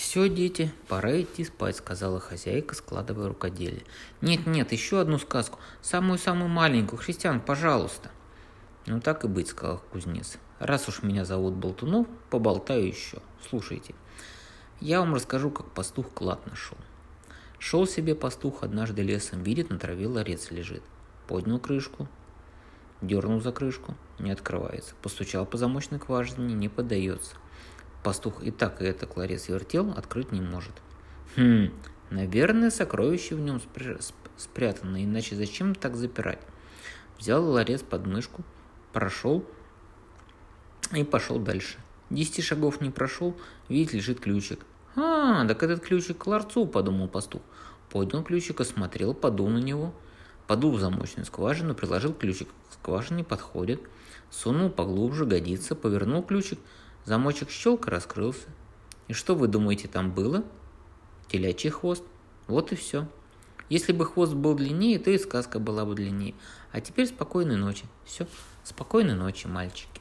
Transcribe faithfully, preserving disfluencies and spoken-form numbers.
«Все, дети, пора идти спать», — сказала хозяйка, складывая рукоделие. «Нет-нет, еще одну сказку, самую-самую маленькую, Христиан, пожалуйста». «Ну так и быть», — сказал кузнец. «Раз уж меня зовут Болтунов, поболтаю еще. Слушайте, я вам расскажу, как пастух клад нашел. Шел себе пастух однажды лесом, видит, на траве ларец лежит. Поднял крышку, дернул за крышку, не открывается. Постучал по замочной скважине, не поддается. Пастух и так и это ларец вертел, открыть не может. Хм, наверное, сокровище в нем спря- спрятано, иначе зачем так запирать? Взял ларец под мышку, прошел и пошел дальше. Десяти шагов не прошел, видит, лежит ключик. «А, так этот ключик к ларцу», — подумал пастух. Поднял ключик, осмотрел, подул на него. Подул в замочную скважину, приложил ключик к скважине, подходит. Сунул поглубже, годится, повернул ключик. Замочек щелк и раскрылся. И что вы думаете, там было? Телячий хвост. Вот и все. Если бы хвост был длиннее, то и сказка была бы длиннее. А теперь спокойной ночи. Все, спокойной ночи, мальчики.